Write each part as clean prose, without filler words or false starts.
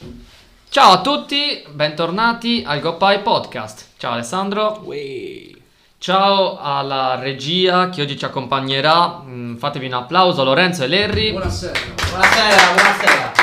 Ciao a tutti, bentornati al GoPie Podcast. Ciao Alessandro. Uè. Ciao alla regia che oggi ci accompagnerà. Fatevi un applauso, Lorenzo e Larry. Buonasera. Buonasera.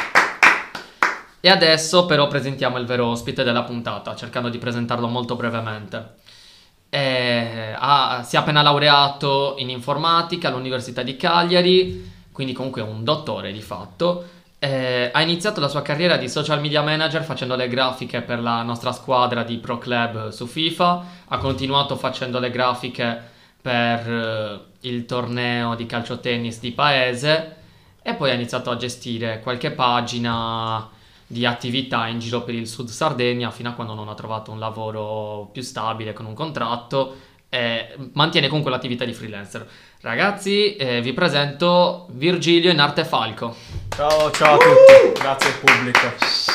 E adesso però presentiamo il vero ospite della puntata, cercando di presentarlo molto brevemente. Si è appena laureato in informatica all'Università di Cagliari, quindi comunque è un dottore di fatto. Ha iniziato la sua carriera di social media manager facendo le grafiche per la nostra squadra di Pro Club su FIFA, ha continuato facendo le grafiche per il torneo di calcio tennis di paese e poi ha iniziato a gestire qualche pagina di attività in giro per il Sud Sardegna fino a quando non ha trovato un lavoro più stabile con un contratto e mantiene comunque l'attività di freelancer. Ragazzi, vi presento Virgilio in arte Falco. Ciao a tutti, grazie al pubblico.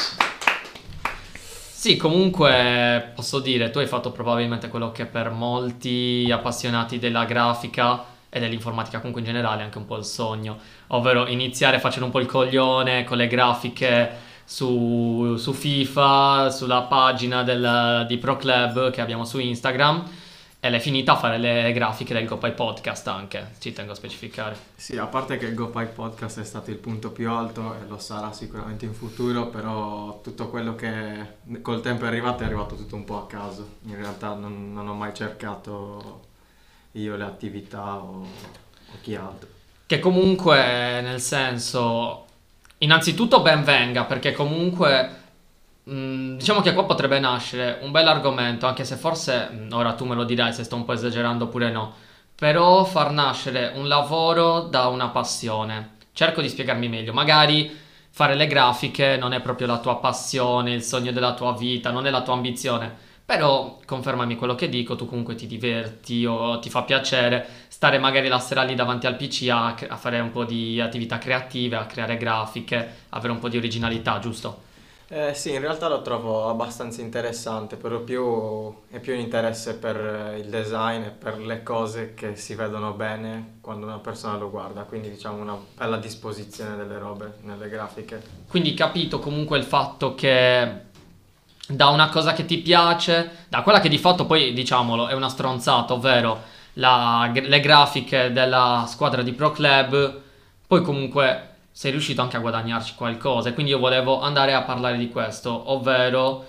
Sì, comunque posso dire, tu hai fatto probabilmente quello che per molti appassionati della grafica e dell'informatica comunque in generale è anche un po' il sogno, ovvero iniziare facendo un po' il coglione con le grafiche su FIFA, sulla pagina di Pro Club che abbiamo su Instagram e l'hai finita a fare le grafiche del GoPie Podcast anche, ci tengo a specificare. Sì, a parte che il GoPie Podcast è stato il punto più alto e lo sarà sicuramente in futuro, però tutto quello che col tempo è arrivato tutto un po' a caso. In realtà non ho mai cercato io le attività o chi altro. Che comunque, nel senso, innanzitutto ben venga, perché comunque diciamo che qua potrebbe nascere un bel argomento, anche se forse, ora tu me lo dirai se sto un po' esagerando oppure no, però far nascere un lavoro da una passione. Cerco di spiegarmi meglio, magari fare le grafiche non è proprio la tua passione, il sogno della tua vita, non è la tua ambizione. Però confermami quello che dico, tu comunque ti diverti o ti fa piacere stare magari la sera lì davanti al PC a fare un po' di attività creative, a creare grafiche, avere un po' di originalità, giusto? Sì, in realtà lo trovo abbastanza interessante, però è più un interesse per il design e per le cose che si vedono bene quando una persona lo guarda, quindi diciamo una bella disposizione delle robe nelle grafiche. Quindi capito comunque il fatto che da una cosa che ti piace, da quella che di fatto poi diciamolo è una stronzata, ovvero le grafiche della squadra di Pro Club, poi comunque sei riuscito anche a guadagnarci qualcosa e quindi io volevo andare a parlare di questo, ovvero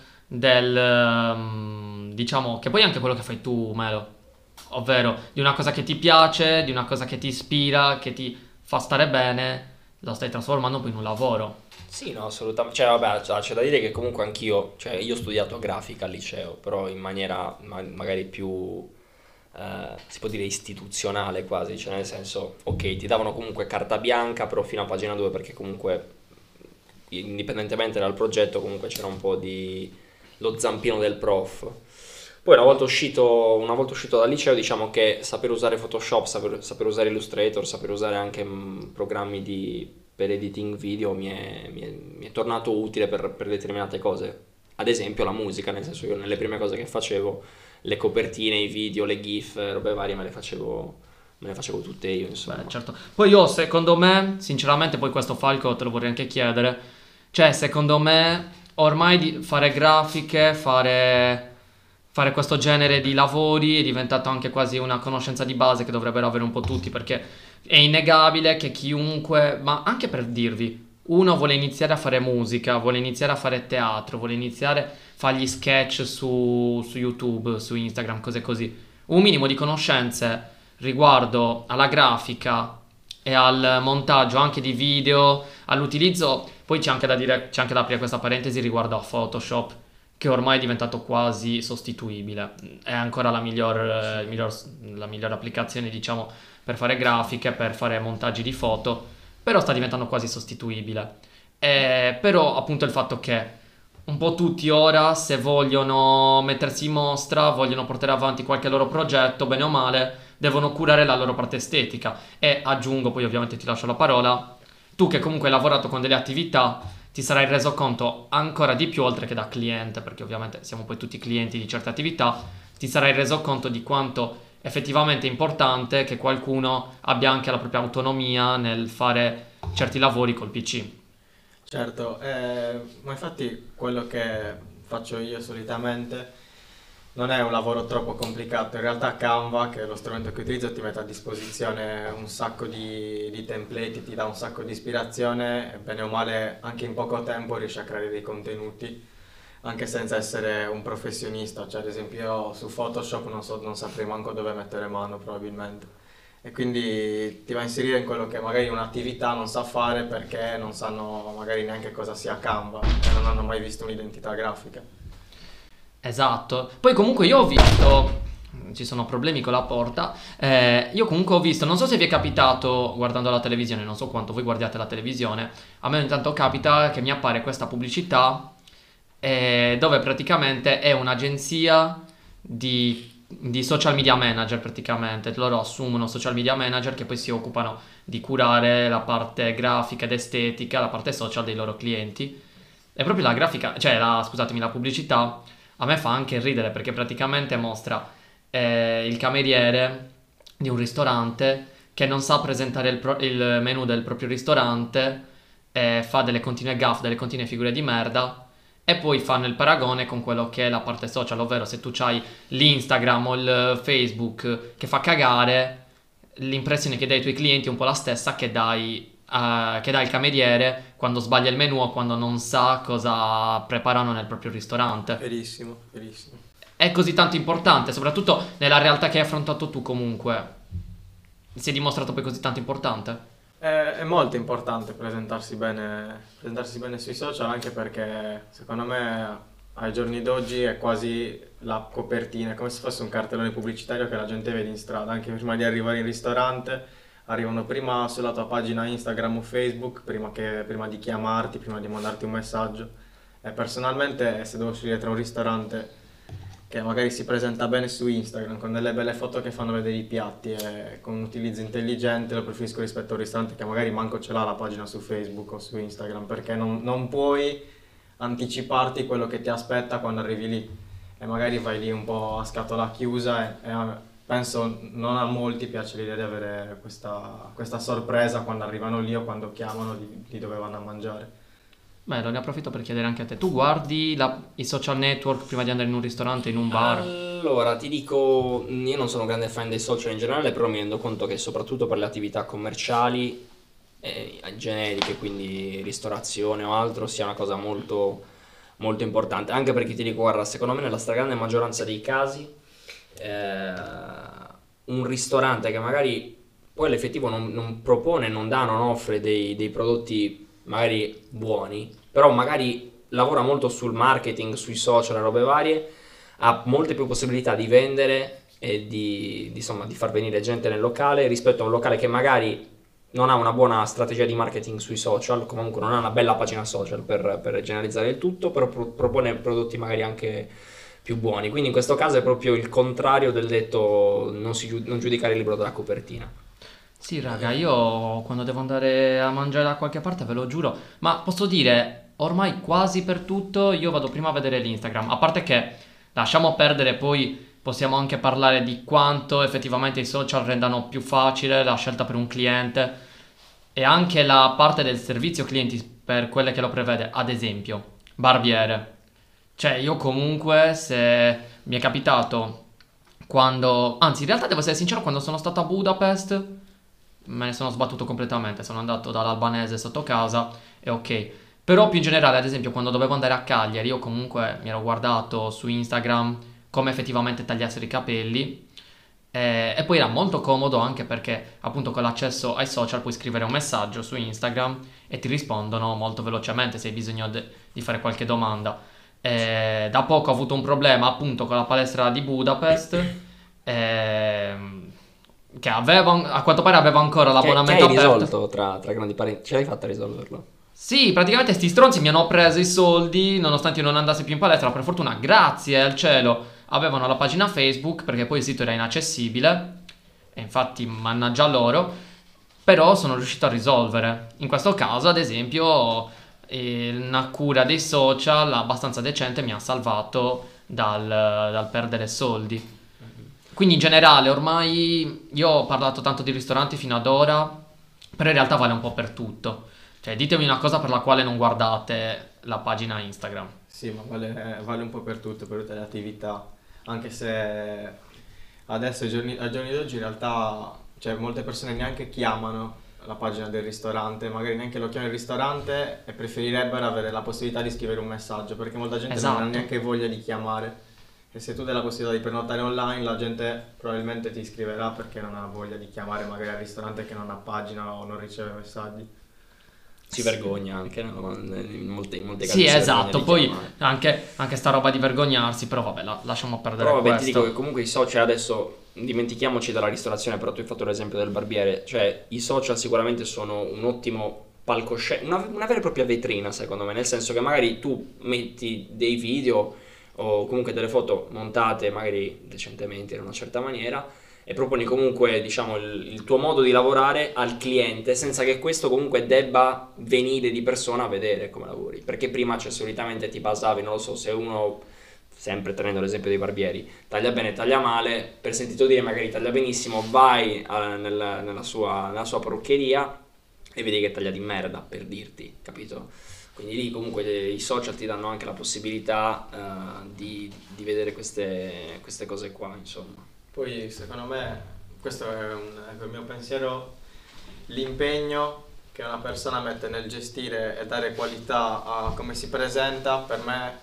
diciamo che poi è anche quello che fai tu, Melo, ovvero di una cosa che ti piace, di una cosa che ti ispira, che ti fa stare bene, lo stai trasformando poi in un lavoro. Sì, no, assolutamente. Cioè, vabbè, c'è da dire che comunque anch'io, cioè, io ho studiato grafica al liceo, però in maniera magari più, si può dire istituzionale quasi, cioè nel senso, ok, ti davano comunque carta bianca, però fino a pagina 2, perché comunque, indipendentemente dal progetto, comunque c'era un po' di lo zampino del prof. Poi una volta uscito dal liceo, diciamo che saper usare Photoshop, saper usare Illustrator, saper usare anche programmi per editing video mi è tornato utile per determinate cose. Ad esempio la musica, nel senso io nelle prime cose che facevo, le copertine, i video, le GIF, robe varie me le facevo tutte io, insomma. Beh, certo. Poi io, secondo me, sinceramente, poi questo Falco te lo vorrei anche chiedere. Cioè, secondo me, ormai fare grafiche, fare questo genere di lavori è diventato anche quasi una conoscenza di base che dovrebbero avere un po' tutti, perché è innegabile che chiunque, ma anche per dirvi, uno vuole iniziare a fare musica, vuole iniziare a fare teatro, vuole iniziare a fare gli sketch su YouTube, su Instagram, cose così. Un minimo di conoscenze riguardo alla grafica e al montaggio anche di video, all'utilizzo, poi c'è anche da dire, c'è anche da aprire questa parentesi riguardo a Photoshop, che ormai è diventato quasi sostituibile. È ancora la miglior applicazione, diciamo, per fare grafiche, per fare montaggi di foto, però sta diventando quasi sostituibile. Però appunto il fatto che un po' tutti ora, se vogliono mettersi in mostra, vogliono portare avanti qualche loro progetto, bene o male, devono curare la loro parte estetica. E aggiungo, poi ovviamente ti lascio la parola, tu che comunque hai lavorato con delle attività, ti sarai reso conto ancora di più, oltre che da cliente, perché ovviamente siamo poi tutti clienti di certe attività, ti sarai reso conto di quanto effettivamente è importante che qualcuno abbia anche la propria autonomia nel fare certi lavori col PC. Certo, ma infatti quello che faccio io solitamente non è un lavoro troppo complicato. In realtà Canva, che è lo strumento che utilizzo, ti mette a disposizione un sacco di template, ti dà un sacco di ispirazione e bene o male anche in poco tempo riesci a creare dei contenuti, anche senza essere un professionista. Cioè ad esempio io su Photoshop non saprei manco dove mettere mano probabilmente. E quindi ti va a inserire in quello che magari un'attività non sa fare perché non sanno magari neanche cosa sia Canva e non hanno mai visto un'identità grafica. Esatto. Poi comunque io ho visto, ci sono problemi con la porta, io comunque ho visto, non so se vi è capitato guardando la televisione, non so quanto voi guardiate la televisione, a me ogni tanto capita che mi appare questa pubblicità dove praticamente è un'agenzia di social media manager praticamente, loro assumono social media manager che poi si occupano di curare la parte grafica ed estetica, la parte social dei loro clienti. E proprio la grafica, cioè scusatemi, la pubblicità a me fa anche ridere perché praticamente mostra il cameriere di un ristorante che non sa presentare il menu del proprio ristorante, fa delle continue gaffe, delle continue figure di merda e poi fanno il paragone con quello che è la parte social, ovvero se tu c'hai l'Instagram o il Facebook che fa cagare, l'impressione che dai ai tuoi clienti è un po' la stessa che dai il cameriere quando sbaglia il menù o quando non sa cosa preparano nel proprio ristorante. Verissimo, verissimo. È così tanto importante, soprattutto nella realtà che hai affrontato tu comunque. Si è dimostrato poi così tanto importante? È molto importante presentarsi bene sui social, anche perché secondo me ai giorni d'oggi è quasi la copertina, è come se fosse un cartellone pubblicitario che la gente vede in strada, anche prima di arrivare in ristorante, arrivano prima sulla tua pagina Instagram o Facebook, prima di chiamarti, prima di mandarti un messaggio. E personalmente se devo scegliere tra un ristorante che magari si presenta bene su Instagram con delle belle foto che fanno vedere i piatti e con un utilizzo intelligente, lo preferisco rispetto a un ristorante che magari manco ce l'ha la pagina su Facebook o su Instagram, perché non puoi anticiparti quello che ti aspetta quando arrivi lì e magari vai lì un po' a scatola chiusa e penso non a molti piace l'idea di avere questa sorpresa quando arrivano lì o quando chiamano di dove vanno a mangiare. Beh, ne approfitto per chiedere anche a te. Tu guardi i social network prima di andare in un ristorante, in un bar? Allora, ti dico, io non sono un grande fan dei social in generale, però mi rendo conto che soprattutto per le attività commerciali, generiche, quindi ristorazione o altro, sia una cosa molto, molto importante. Anche perché ti dico, guarda, secondo me nella stragrande maggioranza dei casi, un ristorante che magari poi all'effettivo non propone, non dà, non offre dei prodotti magari buoni, però magari lavora molto sul marketing, sui social e robe varie, ha molte più possibilità di vendere e insomma, di far venire gente nel locale rispetto a un locale che magari non ha una buona strategia di marketing sui social, comunque non ha una bella pagina social per generalizzare il tutto, però propone prodotti magari anche più buoni. Quindi in questo caso è proprio il contrario del detto non giudicare il libro dalla copertina. Sì, raga, io quando devo andare a mangiare da qualche parte, ve lo giuro, ma posso dire, ormai quasi per tutto io vado prima a vedere l'Instagram, a parte che lasciamo perdere, poi possiamo anche parlare di quanto effettivamente i social rendano più facile la scelta per un cliente e anche la parte del servizio clienti per quelle che lo prevede, ad esempio, barbiere. Cioè io comunque se mi è capitato anzi in realtà devo essere sincero, quando sono stato a Budapest me ne sono sbattuto completamente, sono andato dall'albanese sotto casa e ok. Però più in generale, ad esempio, quando dovevo andare a Cagliari, io comunque mi ero guardato su Instagram come effettivamente tagliassero i capelli e poi era molto comodo anche perché appunto con l'accesso ai social puoi scrivere un messaggio su Instagram e ti rispondono molto velocemente se hai bisogno di fare qualche domanda. Da poco ho avuto un problema appunto con la palestra di Budapest che a quanto pare aveva ancora l'abbonamento che hai aperto. risolto tra grandi parenti? Ce l'hai fatta a risolverlo? Sì, praticamente sti stronzi mi hanno preso i soldi nonostante io non andassi più in palestra. Per fortuna, grazie al cielo, avevano la pagina Facebook perché poi il sito era inaccessibile e infatti mannaggia loro. Però sono riuscito a risolvere. In questo caso, ad esempio, una cura dei social abbastanza decente mi ha salvato dal perdere soldi. Quindi in generale ormai io ho parlato tanto di ristoranti fino ad ora, però in realtà vale un po' per tutto. Cioè, ditemi una cosa per la quale non guardate la pagina Instagram. Sì, ma vale un po' per tutto, per tutte le attività. Anche se adesso, ai giorni d'oggi, in realtà, cioè, molte persone neanche chiamano la pagina del ristorante, magari neanche lo chiamano il ristorante e preferirebbero avere la possibilità di scrivere un messaggio, perché molta gente non ha Esatto. neanche voglia di chiamare. E se tu dai la possibilità di prenotare online, la gente probabilmente ti scriverà perché non ha voglia di chiamare magari al ristorante che non ha pagina o non riceve messaggi. Si vergogna anche, no? In molte casi Sì, si vergogna esatto, di poi chiamare. anche sta roba di vergognarsi, però vabbè, lasciamo perdere Però vabbè, ti questo. dico che comunque i social adesso, dimentichiamoci della ristorazione, però tu hai fatto l'esempio del barbiere, cioè i social sicuramente sono un ottimo palcoscenico, una vera e propria vetrina secondo me, nel senso che magari tu metti dei video o comunque delle foto montate magari decentemente in una certa maniera e proponi comunque, diciamo, il tuo modo di lavorare al cliente senza che questo comunque debba venire di persona a vedere come lavori, perché prima cioè, solitamente ti basavi, non lo so, se uno, sempre tenendo l'esempio dei barbieri, taglia bene, taglia male, per sentito dire magari taglia benissimo, vai nella sua parruccheria e vedi che taglia di merda, per dirti, capito? Quindi lì comunque i social ti danno anche la possibilità di vedere queste cose qua, insomma. Poi secondo me, questo è il mio pensiero, l'impegno che una persona mette nel gestire e dare qualità a come si presenta, per me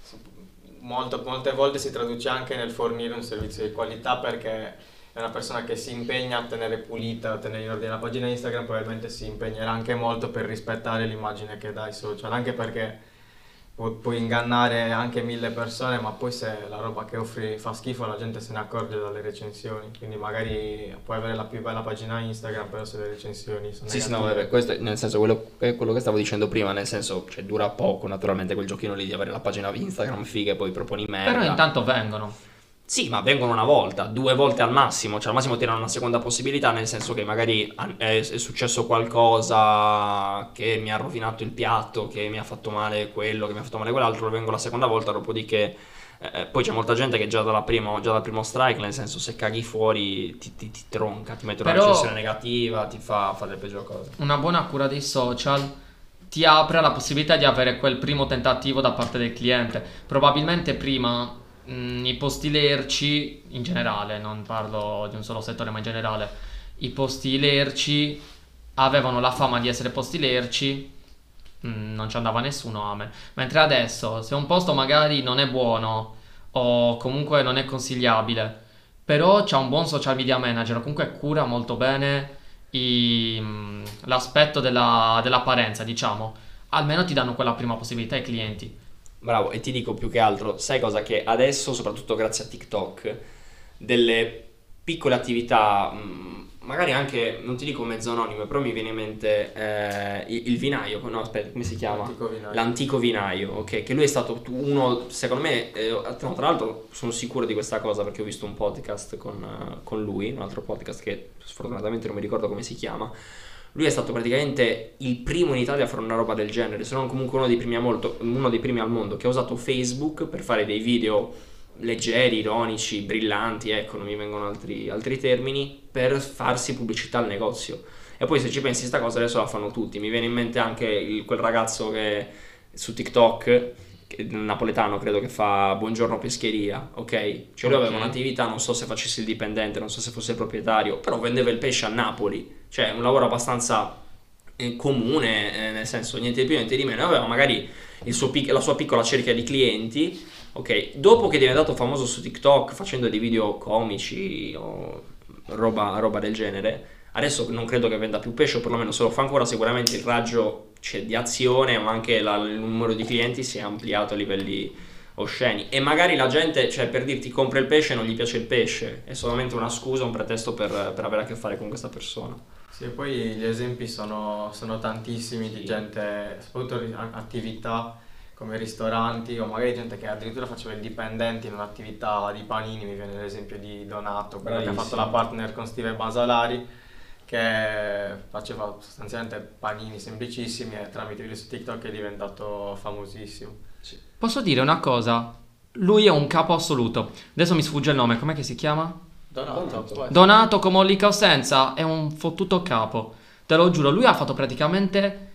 molte volte si traduce anche nel fornire un servizio di qualità, perché è una persona che si impegna a tenere pulita, a tenere in ordine la pagina Instagram, probabilmente si impegnerà anche molto per rispettare l'immagine che dà ai social, anche perché puoi ingannare anche 1000 persone, ma poi se la roba che offri fa schifo la gente se ne accorge dalle recensioni, quindi magari puoi avere la più bella pagina Instagram, però se le recensioni sono Sì, negative. no, vabbè, questo è, nel senso quello che stavo dicendo prima, nel senso, cioè dura poco naturalmente quel giochino lì di avere la pagina Instagram figa e poi proponi merda. Però intanto vengono. Sì, ma vengono una volta, 2 volte al massimo, cioè al massimo ti danno una seconda possibilità, nel senso che magari è successo qualcosa che mi ha rovinato il piatto, che mi ha fatto male quello, che mi ha fatto male quell'altro, vengo la seconda volta, dopodiché poi c'è molta gente che già dal primo strike, nel senso se caghi fuori ti tronca, ti mette una Però- recensione negativa, ti fa fare le peggiori cose. Una buona cura dei social ti apre la possibilità di avere quel primo tentativo da parte del cliente. Probabilmente prima i posti lerci, in generale, non parlo di un solo settore ma in generale, i posti lerci avevano la fama di essere posti lerci, non ci andava nessuno a me. Mentre adesso, se un posto magari non è buono o comunque non è consigliabile, però c'ha un buon social media manager, o comunque cura molto bene l'aspetto dell'apparenza, diciamo, almeno ti danno quella prima possibilità ai clienti. Bravo, e ti dico più che altro, sai cosa? Che adesso, soprattutto grazie a TikTok, delle piccole attività, magari anche, non ti dico mezzo anonime, però mi viene in mente il vinaio, no aspetta, come si chiama? L'antico vinaio. L'antico vinaio, ok, che lui è stato uno, secondo me, tra l'altro sono sicuro di questa cosa perché ho visto un podcast con lui, un altro podcast che sfortunatamente non mi ricordo come si chiama. Lui è stato praticamente il primo in Italia a fare una roba del genere, se non comunque uno dei primi al mondo che ha usato Facebook per fare dei video leggeri, ironici, brillanti, ecco, non mi vengono altri termini, per farsi pubblicità al negozio. E poi se ci pensi sta cosa adesso la fanno tutti. Mi viene in mente anche quel ragazzo che su TikTok, napoletano credo, che fa Buongiorno Pescheria, ok? Cioè lui aveva un'attività, non so se facesse il dipendente, non so se fosse il proprietario, però vendeva il pesce a Napoli, cioè un lavoro abbastanza comune, nel senso niente di più niente di meno. Aveva magari la sua piccola cerchia di clienti, ok? Dopo che è diventato famoso su TikTok facendo dei video comici o roba del genere, adesso non credo che venda più pesce, o perlomeno se lo fa ancora sicuramente il raggio di azione, ma anche il numero di clienti si è ampliato a livelli osceni. E magari la gente, cioè per dirti, compra il pesce e non gli piace il pesce, è solamente una scusa, un pretesto per avere a che fare con questa persona. Sì, e poi gli esempi sono tantissimi di gente, soprattutto attività come ristoranti, o magari gente che addirittura faceva il dipendente in un'attività di panini. Mi viene l'esempio di Donato, quello che ha fatto la partner con Steve Basalari, che faceva sostanzialmente panini semplicissimi e tramite video su TikTok è diventato famosissimo. Posso dire una cosa? Lui è un capo assoluto. Adesso mi sfugge il nome, com'è che si chiama? Donato. Donato con mollica o senza, è un fottuto capo. Te lo giuro, lui ha fatto praticamente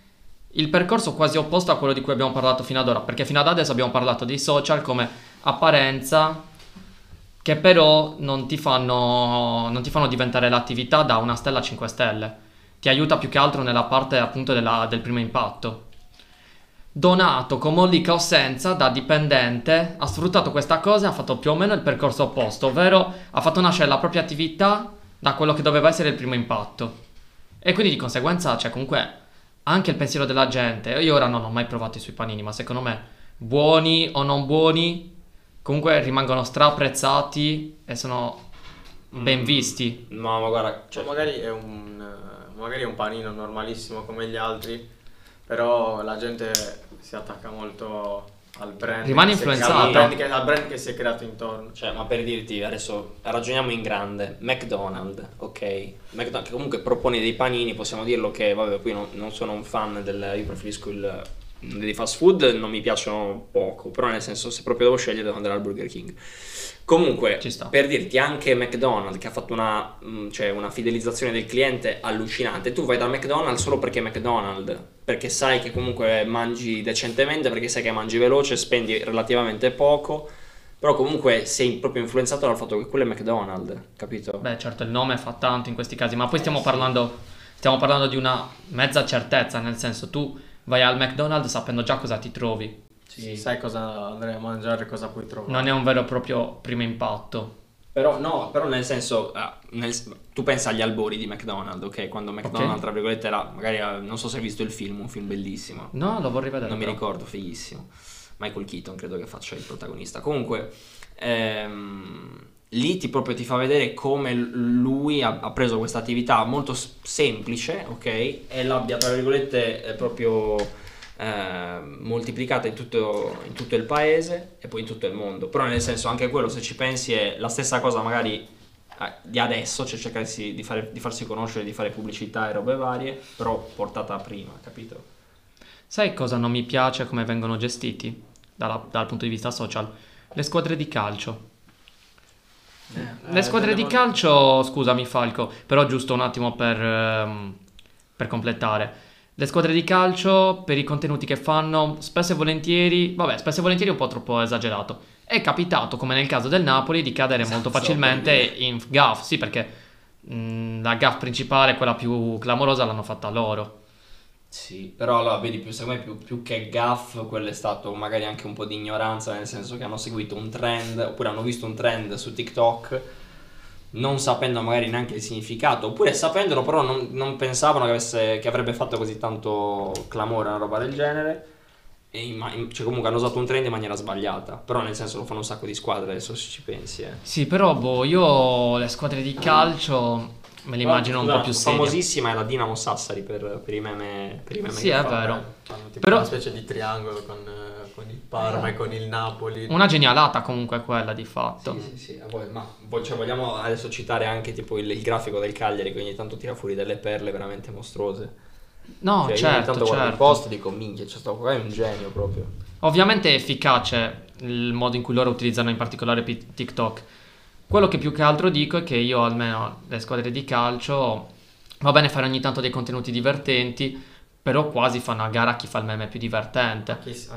il percorso quasi opposto a quello di cui abbiamo parlato fino ad ora, perché fino ad adesso abbiamo parlato dei social come apparenza che però non ti fanno diventare l'attività da una stella a 5 stelle, ti aiuta più che altro nella parte appunto del primo impatto. Donato con mollica o senza, da dipendente, ha sfruttato questa cosa e ha fatto più o meno il percorso opposto, ovvero ha fatto nascere la propria attività da quello che doveva essere il primo impatto. E quindi di conseguenza c'è comunque anche il pensiero della gente. Io ora non ho mai provato i suoi panini, ma secondo me, buoni o non buoni, comunque rimangono straapprezzati e sono ben visti. No, ma guarda, Cioè, magari è un panino normalissimo come gli altri, però la gente si attacca molto al brand. Rimane che si è influenzato. creato- al brand che si è creato intorno. cioè, ma per dirti, adesso ragioniamo in grande, McDonald's, ok? McDonald's che comunque propone dei panini, possiamo dirlo che, vabbè, poi non sono un fan io preferisco dei fast food, non mi piacciono poco, però nel senso, se proprio devo scegliere devo andare al Burger King. Comunque, Ci sta. per dirti, anche McDonald's che ha fatto una fidelizzazione del cliente allucinante. Tu vai da McDonald's solo perché è McDonald's, perché sai che comunque mangi decentemente, perché sai che mangi veloce, spendi relativamente poco, però comunque sei proprio influenzato dal fatto che quello è McDonald's, capito? Beh, certo, il nome fa tanto in questi casi, ma poi stiamo parlando di una mezza certezza, nel senso tu vai al McDonald's sapendo già cosa ti trovi. Sì. Sai cosa andrai a mangiare, cosa puoi trovare. Non è un vero e proprio primo impatto. Però nel senso, tu pensa agli albori di McDonald's, ok? Quando McDonald's, tra virgolette, era, magari, non so se hai visto il film, un film bellissimo. No, lo vorrei vedere. Non mi però. ricordo, fighissimo. Michael Keaton credo che faccia il protagonista. Comunque, lì proprio ti fa vedere come lui ha preso questa attività molto semplice, ok? E l'abbia, tra virgolette, proprio moltiplicata in tutto il paese e poi in tutto il mondo. Però nel senso, anche quello, se ci pensi, è la stessa cosa magari di adesso, cioè cercare di farsi conoscere, di fare pubblicità e robe varie, però portata prima, capito? Sai cosa non mi piace come vengono gestiti dal punto di vista social? Le squadre di calcio. Le squadre di calcio, scusami Falco, però giusto un attimo per completare. Le squadre di calcio, per i contenuti che fanno, spesso e volentieri è un po' troppo esagerato. È capitato, come nel caso del Napoli, di cadere molto facilmente in gaffe. Sì, perché la gaffe principale, quella più clamorosa, l'hanno fatta loro. Sì, però allora vedi, secondo me più che gaff, quello è stato magari anche un po' di ignoranza, nel senso che hanno seguito un trend, oppure hanno visto un trend su TikTok, non sapendo magari neanche il significato, oppure sapendolo però non pensavano che avrebbe fatto così tanto clamore una roba del genere, cioè comunque hanno usato un trend in maniera sbagliata, però nel senso lo fanno un sacco di squadre adesso se ci pensi. Sì, però io le squadre di calcio me le immagino un po' più serie. Famosissima è la Dinamo Sassari per i meme. Sì, è vero. Fanno tipo Però- una specie di triangolo con il Parma e con il Napoli. Una genialata comunque quella di fatto. Sì, ma cioè, vogliamo adesso citare anche tipo il grafico del Cagliari che ogni tanto tira fuori delle perle veramente mostruose. No, Cioè, io ogni certo, tanto guardo il certo. post e dico minchia, c'è stato qua, è un genio proprio. Ovviamente è efficace il modo in cui loro utilizzano in particolare TikTok. Quello che più che altro dico è che io, almeno le squadre di calcio, va bene fare ogni tanto dei contenuti divertenti, però quasi fanno a gara chi fa il meme più divertente.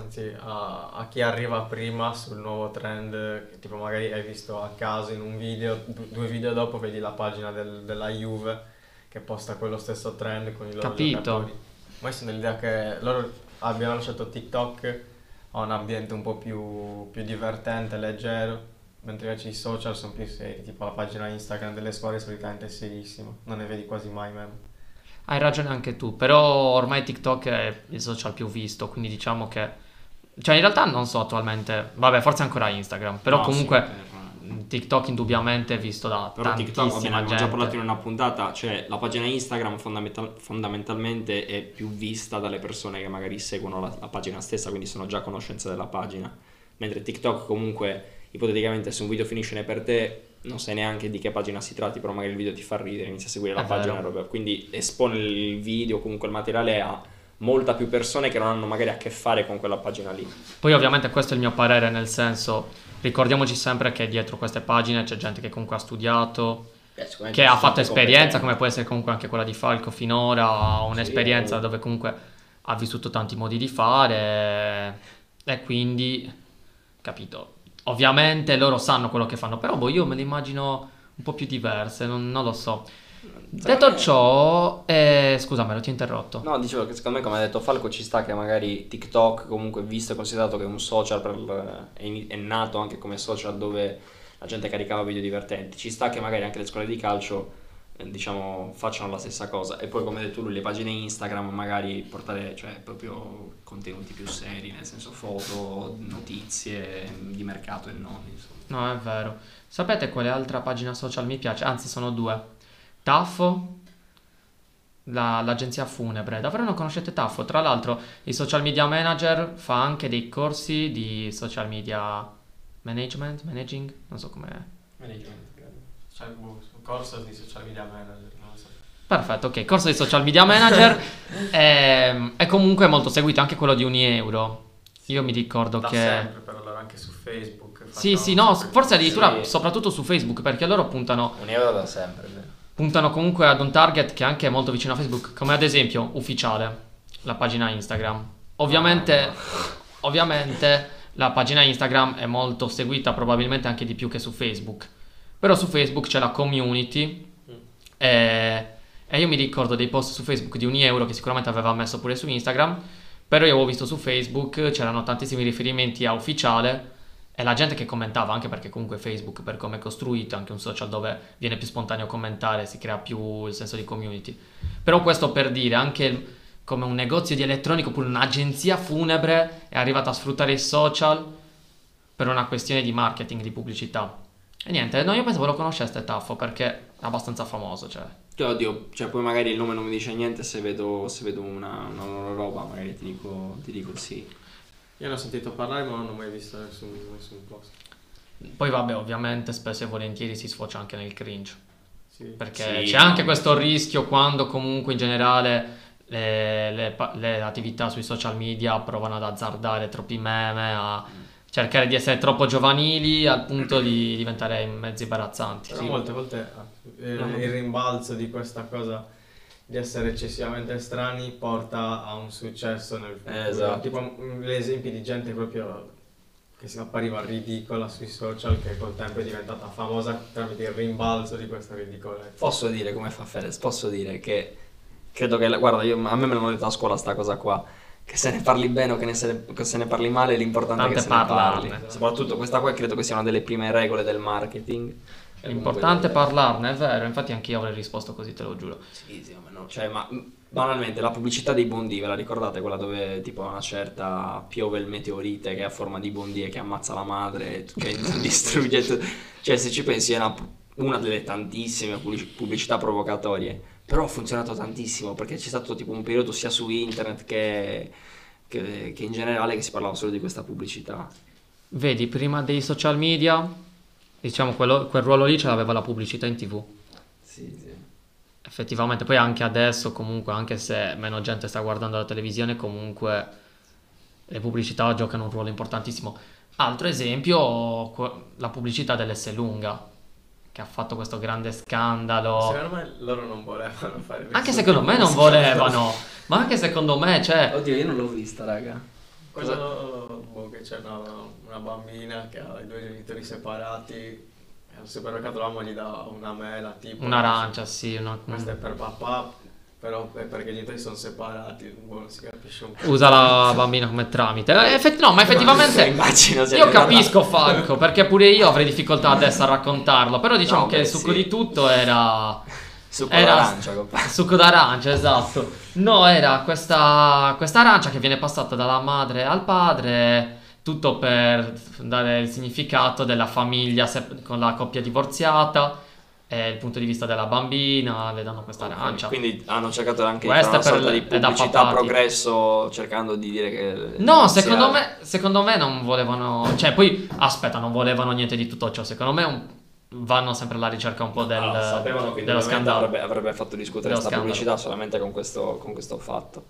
A chi arriva prima sul nuovo trend, che tipo magari hai visto a caso in un video, due video dopo vedi la pagina della Juve che posta quello stesso trend con i loro Capito. giocatori. Ma io sono dell'idea che loro abbiano lasciato TikTok a un ambiente un po' più divertente, leggero, mentre invece i social sono più seri, tipo la pagina Instagram delle squadre solitamente è serissima, non ne vedi quasi mai meme. Hai ragione anche tu, però ormai TikTok è il social più visto, quindi diciamo che... Cioè in realtà non so attualmente, vabbè forse ancora Instagram, però No, comunque sì, TikTok indubbiamente è visto da però TikTok, tantissima abbiamo già gente. parlato in una puntata, cioè la pagina Instagram fondamentalmente è più vista dalle persone che magari seguono la pagina stessa, quindi sono già a conoscenza della pagina, mentre TikTok comunque ipoteticamente se un video finisce per te non sai neanche di che pagina si tratti, però magari il video ti fa ridere, inizi a seguire la È pagina, vero. roba. Quindi espone il video, comunque il materiale a molta più persone che non hanno magari a che fare con quella pagina lì. Poi ovviamente questo è il mio parere, nel senso, ricordiamoci sempre che dietro queste pagine c'è gente che comunque ha studiato, Sicuramente che ci ha sono fatto tante esperienza, competenze. come può essere comunque anche quella di Falco finora, Sì, un'esperienza dove comunque ha vissuto tanti modi di fare e quindi, capito, ovviamente loro sanno quello che fanno, però io me le immagino un po' più diverse, non lo so. Detto ciò, scusami, ti ho interrotto. No, dicevo che secondo me, come ha detto Falco, ci sta che magari TikTok, comunque visto e considerato che è un social, è nato anche come social dove la gente caricava video divertenti, ci sta che magari anche le scuole di calcio diciamo facciano la stessa cosa, e poi come hai detto lui le pagine Instagram magari portare, cioè, proprio contenuti più seri, nel senso foto, notizie di mercato e non, insomma. No, è vero. Sapete quale altra pagina social mi piace? Anzi, sono due. Taffo, l'agenzia funebre. Davvero non conoscete Taffo? Tra l'altro il social media manager fa anche dei corsi di social media managing, non so come. Management, credo. Cioè, corso di social media manager, non lo so. Perfetto, ok, corso di social media manager. È comunque molto seguito, anche quello di €1. Io mi ricordo Da che sempre, però allora anche su Facebook. sì, no, forse addirittura Sì. soprattutto su Facebook, perché loro puntano €1 da sempre, vero? comunque ad un target che anche è molto vicino a Facebook, come ad esempio Ufficiale, la pagina Instagram. Ovviamente la pagina Instagram è molto seguita, probabilmente anche di più che su Facebook. Però su Facebook c'è la community e io mi ricordo dei post su Facebook di €1 che sicuramente aveva messo pure su Instagram, però io avevo visto su Facebook, c'erano tantissimi riferimenti a Ufficiale e la gente che commentava, anche perché comunque Facebook, per come è costruito, è anche un social dove viene più spontaneo commentare, si crea più il senso di community. Però questo per dire, anche come un negozio di elettronico oppure un'agenzia funebre è arrivata a sfruttare i social per una questione di marketing, di pubblicità. E niente, no, io pensavo lo conosceste Taffo perché è abbastanza famoso, cioè. Cioè, oddio, cioè poi magari il nome non mi dice niente, se vedo una loro roba magari ti dico sì. Io ne ho sentito parlare ma non ho mai visto nessun post. Poi vabbè, ovviamente spesso e volentieri si sfocia anche nel cringe, Sì. perché Sì, c'è anche no, questo sì. rischio quando comunque in generale le attività sui social media provano ad azzardare troppi meme, a cercare di essere troppo giovanili al punto di diventare mezzi imbarazzanti. Però Sì. molte volte il rimbalzo di questa cosa di essere eccessivamente strani porta a un successo nel futuro. Esatto. Tipo gli esempi di gente proprio che si appariva ridicola sui social che col tempo è diventata famosa tramite il rimbalzo di questa ridicolezza. Posso dire, come fa Fedez, posso dire che credo che, guarda, a me l'hanno detto a scuola sta cosa qua, che se ne parli bene o che se ne parli male, l'importante è che se ne parli. parlarne. Soprattutto questa qua credo che sia una delle prime regole del marketing. L'importante è Comunque, parlarne, è vero, infatti anche io avrei risposto così, te lo giuro. sì, ma no, cioè, ma banalmente la pubblicità dei Bondi, ve la ricordate? Quella dove tipo a una certa piove il meteorite che è a forma di Bondi e che ammazza la madre, che distrugge tutto. Cioè, se ci pensi è una delle tantissime pubblicità provocatorie, però ha funzionato tantissimo perché c'è stato tipo un periodo sia su internet che in generale che si parlava solo di questa pubblicità. Vedi, prima dei social media, diciamo quel ruolo lì ce l'aveva la pubblicità in TV. Sì. Effettivamente, poi anche adesso comunque, anche se meno gente sta guardando la televisione, comunque le pubblicità giocano un ruolo importantissimo. Altro esempio, la pubblicità dell'Esselunga, che ha fatto questo grande scandalo. Secondo me loro non volevano fare Anche secondo me non volevano, ma anche secondo me, cioè, Oddio, io non l'ho vista, raga. Quello che c'è una bambina che ha i due genitori separati e al supermercato la moglie gli dà una mela tipo un'arancia, sì, questa è per papà, però è perché i genitori sono separati, non si capisce un po'. usa la bambina come tramite. No, ma effettivamente Immagino sia io diventata- capisco Falco, perché pure io avrei difficoltà adesso a raccontarlo, però diciamo No, che beh, il succo sì. di tutto era Succo era d'arancia, compagno. succo d'arancia, esatto. No, era questa arancia che viene passata dalla madre al padre, tutto per dare il significato della famiglia con la coppia divorziata e il punto di vista della bambina, le danno questa arancia. Quindi hanno cercato anche di Questa fare una è sorta di è da pubblicità papati. progresso, cercando di dire che No, sia- secondo me non volevano, cioè poi aspetta, non volevano niente di tutto ciò, secondo me vanno sempre alla ricerca un po' Allora, sapevano che dello indubbiamente scandalo. avrebbe fatto discutere Dello questa scandalo. pubblicità solamente con questo fatto.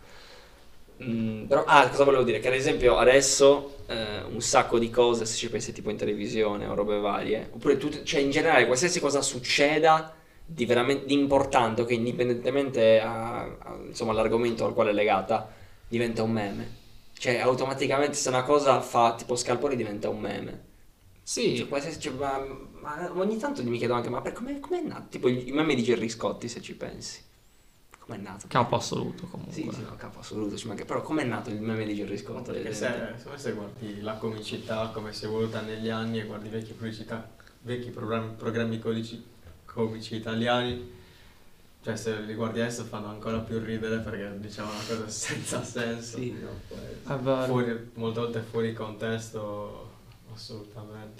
Però, cosa volevo dire? Che ad esempio adesso un sacco di cose, se ci pensi tipo in televisione o robe varie, oppure cioè in generale qualsiasi cosa succeda di veramente di importante, che indipendentemente insomma all'argomento al quale è legata, diventa un meme. Cioè, automaticamente se una cosa fa tipo scalpore diventa un meme. Sì, Ma ogni tanto mi chiedo anche, ma com'è nato? Tipo i meme di Gerry Scotti, se ci pensi. Com'è nato? capo assoluto comunque. Sì, no, capo assoluto, però com'è nato il meme di Gerry Scotti? Perché se guardi la comicità come si è evoluta negli anni e guardi vecchi programmi comici italiani, cioè se li guardi adesso fanno ancora più ridere perché diciamo una cosa senza senso. Sì, no, È vero. Molte volte fuori contesto, assolutamente.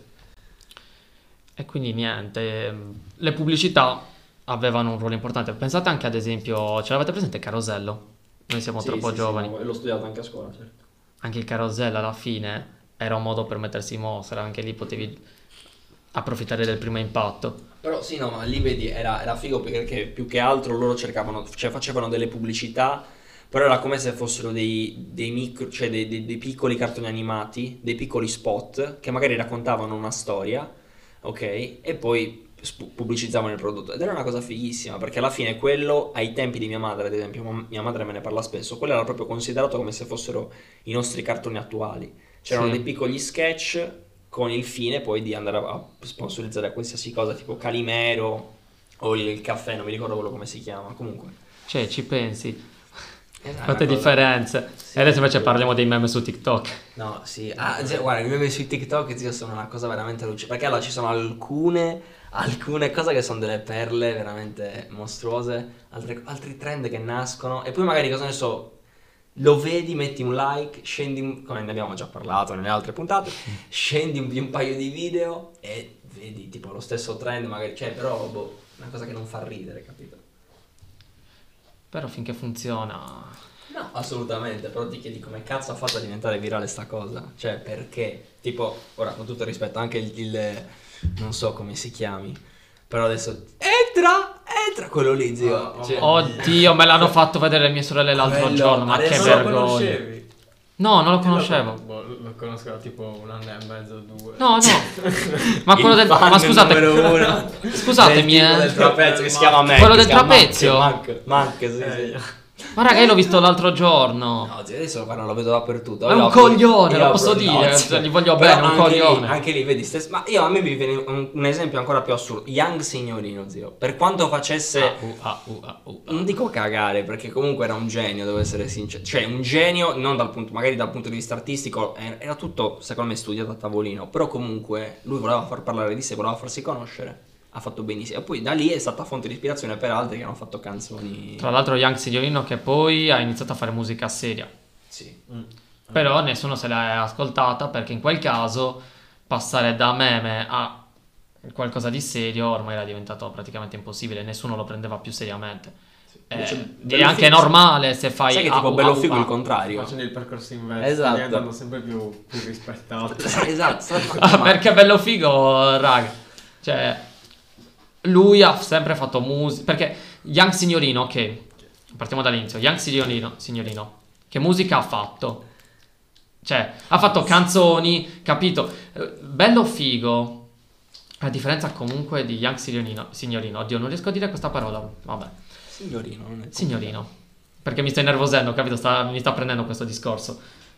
E quindi niente, le pubblicità avevano un ruolo importante. Pensate anche ad esempio, ce l'avete presente il carosello? Noi siamo troppo giovani. no, l'ho studiato anche a scuola, certo. Anche il carosello alla fine era un modo per mettersi in mostra, anche lì potevi approfittare del primo impatto. Però sì, no, ma lì vedi, era figo perché più che altro loro cercavano, cioè facevano delle pubblicità, però era come se fossero dei micro, cioè dei piccoli cartoni animati, dei piccoli spot che magari raccontavano una storia, ok? E poi pubblicizzavano il prodotto. Ed era una cosa fighissima, perché alla fine quello, ai tempi di mia madre, ad esempio, mia madre me ne parla spesso, quello era proprio considerato come se fossero i nostri cartoni attuali. C'erano Sì. dei piccoli sketch con il fine poi di andare a sponsorizzare qualsiasi cosa, tipo Calimero o il caffè, non mi ricordo quello come si chiama, comunque. Cioè, ci pensi? Esatto, Quante una cosa- differenze. Sì. E adesso invece parliamo dei meme su TikTok. No, sì. Ah, zio, guarda, i meme sui TikTok, zio, sono una cosa veramente luce. Perché allora ci sono alcune cose che sono delle perle veramente mostruose, altri trend che nascono, e poi magari, cosa ne so, lo vedi, metti un like, scendi, come ne abbiamo già parlato nelle altre puntate, scendi un paio di video e vedi tipo lo stesso trend, magari, cioè, però, boh, una cosa che non fa ridere, capito? Però finché funziona... No, assolutamente, però ti chiedi come cazzo ha fatto a diventare virale sta cosa? Cioè, perché? Tipo, ora, con tutto il rispetto, anche non so come si chiami, però adesso... Entra quello lì, zio. Cioè, Oddio, me l'hanno fatto vedere le mie sorelle l'altro quello, giorno, ma che adesso lo vergogna. conoscevi? No, non lo conoscevo. Lo conosco da tipo un anno e mezzo, 2. No, no. Ma quello del... Ma scusate. uno Scusatemi, del trapezio che si chiama Mac. Quello del si chiama trapezio? Mac, sì. Ma raga, io l'ho visto l'altro giorno. No, zio, adesso guarda, lo vedo dappertutto. È un Io coglione, io lo posso apro- dire, no, zio. gli voglio Però bene, un anche lì- coglione. Anche lì, vedi, ma a me mi viene un esempio ancora più assurdo. Young Signorino, zio. Per quanto facesse... Non dico cagare, perché comunque era un genio, devo essere sincero. Cioè, un genio, non magari dal punto di vista artistico, era tutto, secondo me, studiato a tavolino. Però comunque, lui voleva far parlare di sé, voleva farsi conoscere. Ha fatto benissimo. E poi da lì è stata fonte di ispirazione per altri che hanno fatto canzoni. Tra l'altro Young Signorino che poi ha iniziato a fare musica seria. Sì. Però nessuno se l'ha ascoltata perché in quel caso passare da meme a qualcosa di serio ormai era diventato praticamente impossibile, nessuno lo prendeva più seriamente. Invece È Bello anche Figo- normale se fai Sai che tipo Bello Figo il contrario. Facendo il percorso inverso, Esatto. diventando sempre più rispettato. Esatto. Ah, perché è bello figo, raga. Cioè, lui ha sempre fatto musica. Perché Young Signorino, ok, partiamo dall'inizio. Young Signorino, che musica ha fatto? Cioè, ha fatto canzoni, capito? Bello figo. A differenza comunque di Young Signorino. Oddio, non riesco a dire questa parola. Vabbè. Signorino, non è Signorino. Perché mi sto innervosendo, capito? Mi sta prendendo questo discorso.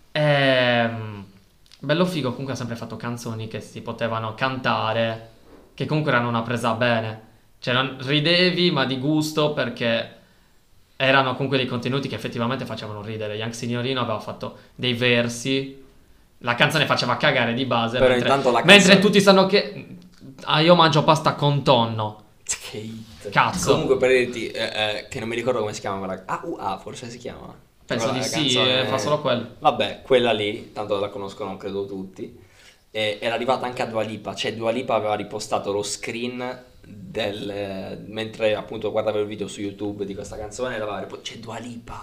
Bello figo comunque ha sempre fatto canzoni che si potevano cantare, che comunque erano una presa bene. Cioè non ridevi ma di gusto perché erano comunque dei contenuti che effettivamente facevano ridere. Young Signorino aveva fatto dei versi, la canzone faceva cagare di base, Però mentre, intanto la mentre canzone- tutti sanno che io mangio pasta con tonno. Che hit. Cazzo. Comunque per dirti che non mi ricordo come si chiama quella. AUA forse si chiama. Penso Però di la sì, canzone- fa solo quello. Vabbè, quella lì, tanto la conoscono credo tutti. Era arrivata anche a Dua Lipa, cioè Dua Lipa aveva ripostato lo screen mentre appunto guardavo il video su YouTube di questa canzone, c'è Dua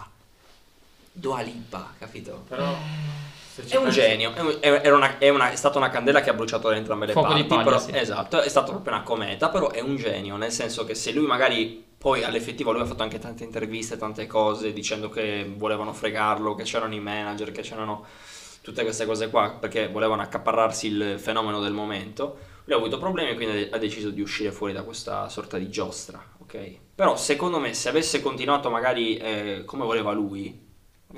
Lipa, capito? Però se ci È un pensi- genio, è stata una candela che ha bruciato da entrambe le Fuoco di parti, paglia, però, sì. esatto, è stata proprio una cometa, però è un genio, nel senso che se lui magari, poi all'effettivo lui ha fatto anche tante interviste, tante cose, dicendo che volevano fregarlo, che c'erano i manager, che c'erano tutte queste cose qua, perché volevano accaparrarsi il fenomeno del momento, lui ha avuto problemi e quindi ha deciso di uscire fuori da questa sorta di giostra, ok? Però secondo me se avesse continuato magari come voleva lui,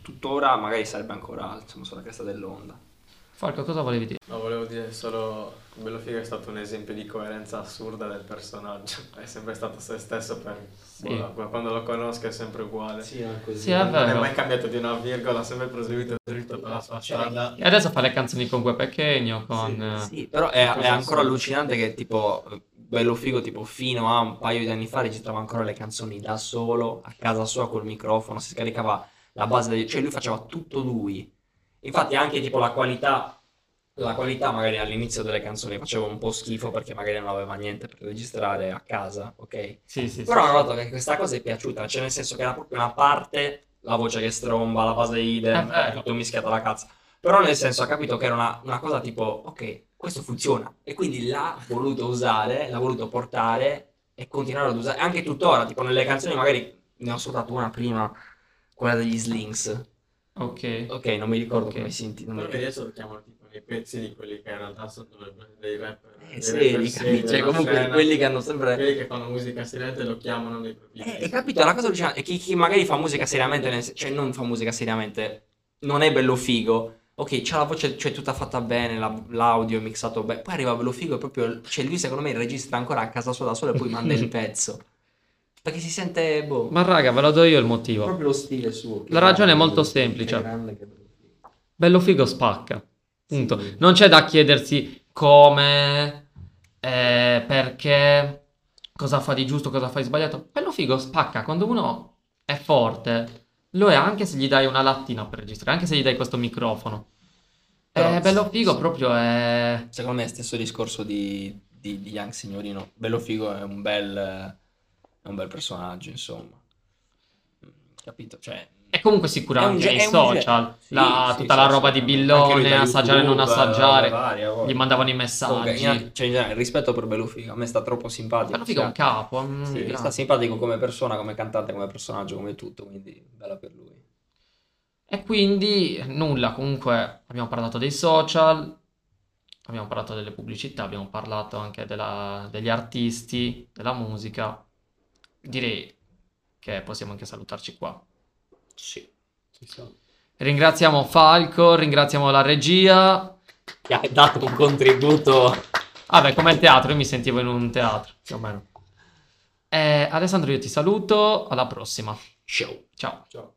tuttora magari sarebbe ancora insomma, sulla cresta dell'onda. Falco, cosa volevi dire? No, volevo dire solo Bello Figo è stato un esempio di coerenza assurda del personaggio. È sempre stato se stesso quando lo conosco è sempre uguale. Sì, è così. Sì, è Non è vero. mai cambiato di una virgola, ha sempre proseguito dritto per la sua strada. E adesso fa le canzoni con Gue Pequeno, con... Sì, però è ancora allucinante che tipo Bello Figo tipo fino a un paio di anni fa registrava ancora le canzoni da solo, a casa sua col microfono, si scaricava la base, cioè lui faceva tutto lui. Infatti anche tipo la qualità magari all'inizio delle canzoni faceva un po' schifo perché magari non aveva niente per registrare a casa, ok? Sì. Però ho notato che questa cosa è piaciuta, cioè nel senso che era proprio una parte, la voce che stromba, la base idem, tutto mischiato alla cazzo. Però nel senso ha capito che era una cosa tipo, ok, questo funziona. E quindi l'ha voluto usare, l'ha voluto portare e continuare ad usare. Anche tuttora, tipo nelle canzoni magari ne ho ascoltato una prima, quella degli Slings. Ok. Ok, non mi ricordo Ok. come si intitola. Però che adesso lo chiamano tipo nei pezzi di quelli che in realtà sono dei rapper. Dei Seri, rapper seri cioè della comunque scena. quelli che hanno sempre... Quelli che fanno musica silente lo chiamano dei propri Hai capito? La cosa allucinante è che chi magari fa musica seriamente, cioè non fa musica seriamente, non è Bello Figo. Ok, c'ha la voce, cioè tutta fatta bene, l'audio mixato bene. Poi arriva Bello Figo e proprio, cioè lui secondo me registra ancora a casa sua da solo e poi manda il pezzo. Perché si sente, boh, Ma raga, ve lo do io il motivo. proprio lo stile suo. La ragione è molto Che semplice. grande che Bello Figo. Bello Figo spacca. Punto. Sì. Non c'è da chiedersi come, perché, cosa fa di giusto, cosa fa di sbagliato. Bello Figo spacca. Quando uno è forte, lo è anche se gli dai una lattina per registrare, anche se gli dai questo microfono. Però- Bello Figo proprio è... Secondo me è stesso discorso di Young Signorino. Bello Figo è un bel personaggio, insomma. Capito? Cioè... E comunque si cura È un anche ge- nei è un social, ge- sì, tutta sì, la sì, roba sì. di Anche lui Billone, da assaggiare, non YouTube, assaggiare, varie volte. gli mandavano i Comunque, messaggi. cioè, in generale, rispetto per Bello Figo, a me sta troppo simpatico. Bello Figo è un capo. Sì, grande. sta simpatico come persona, come cantante, come personaggio, come tutto, quindi bella per lui. E quindi nulla, comunque abbiamo parlato dei social, abbiamo parlato delle pubblicità, abbiamo parlato anche degli artisti, della musica. Direi che possiamo anche salutarci qua. Sì, ci sono. Ringraziamo Falco, ringraziamo la regia. Che ha dato un contributo. Vabbè, come il teatro, io mi sentivo in un teatro, più o meno. Alessandro, io ti saluto, alla prossima. Show. Ciao. Ciao.